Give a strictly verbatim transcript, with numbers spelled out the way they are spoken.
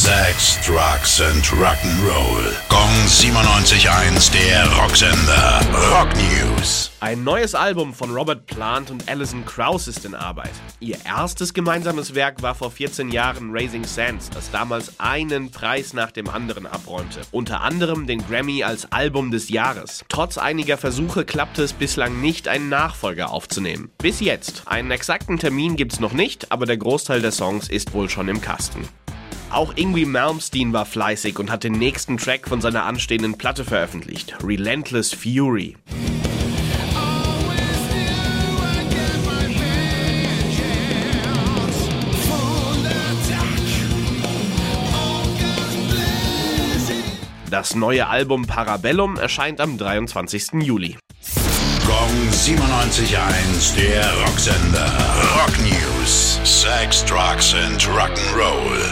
Sex, Drugs and Rock'n'Roll. Gong siebenundneunzig Komma eins, der Rocksender. Rock News. Ein neues Album von Robert Plant und Alison Krauss ist in Arbeit. Ihr erstes gemeinsames Werk war vor vierzehn Jahren Raising Sands, das damals einen Preis nach dem anderen abräumte. Unter anderem den Grammy als Album des Jahres. Trotz einiger Versuche klappte es bislang nicht, einen Nachfolger aufzunehmen. Bis jetzt. Einen exakten Termin gibt's noch nicht, aber der Großteil der Songs ist wohl schon im Kasten. Auch Yngwie Malmsteen war fleißig und hat den nächsten Track von seiner anstehenden Platte veröffentlicht, Relentless Fury. Das neue Album Parabellum erscheint am dreiundzwanzigsten Juli. Gong siebenundneunzig Komma eins, der Rocksender. Rock News. Sex, Drugs and Rock'n'Roll.